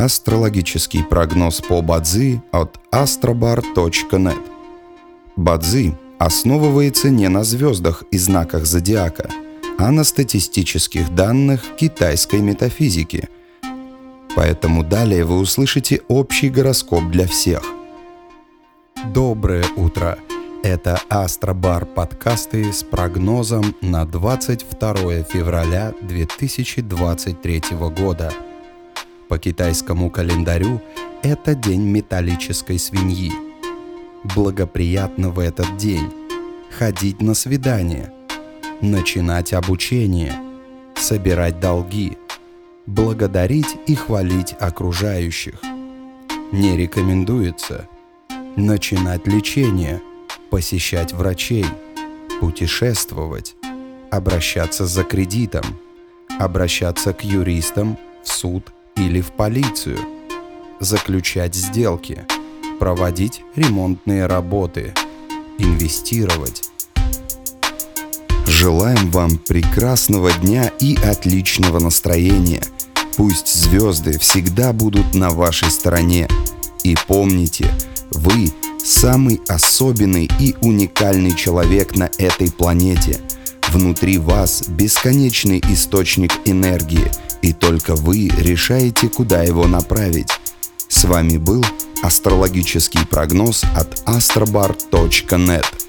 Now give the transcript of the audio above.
Астрологический прогноз по Бадзи от astrobar.net. Бадзи основывается не на звездах и знаках зодиака, а на статистических данных китайской метафизики. Поэтому далее вы услышите общий гороскоп для всех. Доброе утро! Это Астробар подкасты с прогнозом на 22 февраля 2023 года. По китайскому календарю это день металлической свиньи. Благоприятно в этот день ходить на свидание, начинать обучение, собирать долги, благодарить и хвалить окружающих. Не рекомендуется начинать лечение, посещать врачей, путешествовать, обращаться за кредитом, обращаться к юристам, в суд или в полицию, заключать сделки, проводить ремонтные работы, инвестировать. Желаем вам прекрасного дня и отличного настроения. Пусть звезды всегда будут на вашей стороне. И помните, вы самый особенный и уникальный человек на этой планете. Внутри вас бесконечный источник энергии, и только вы решаете, куда его направить. С вами был астрологический прогноз от astrobar.net.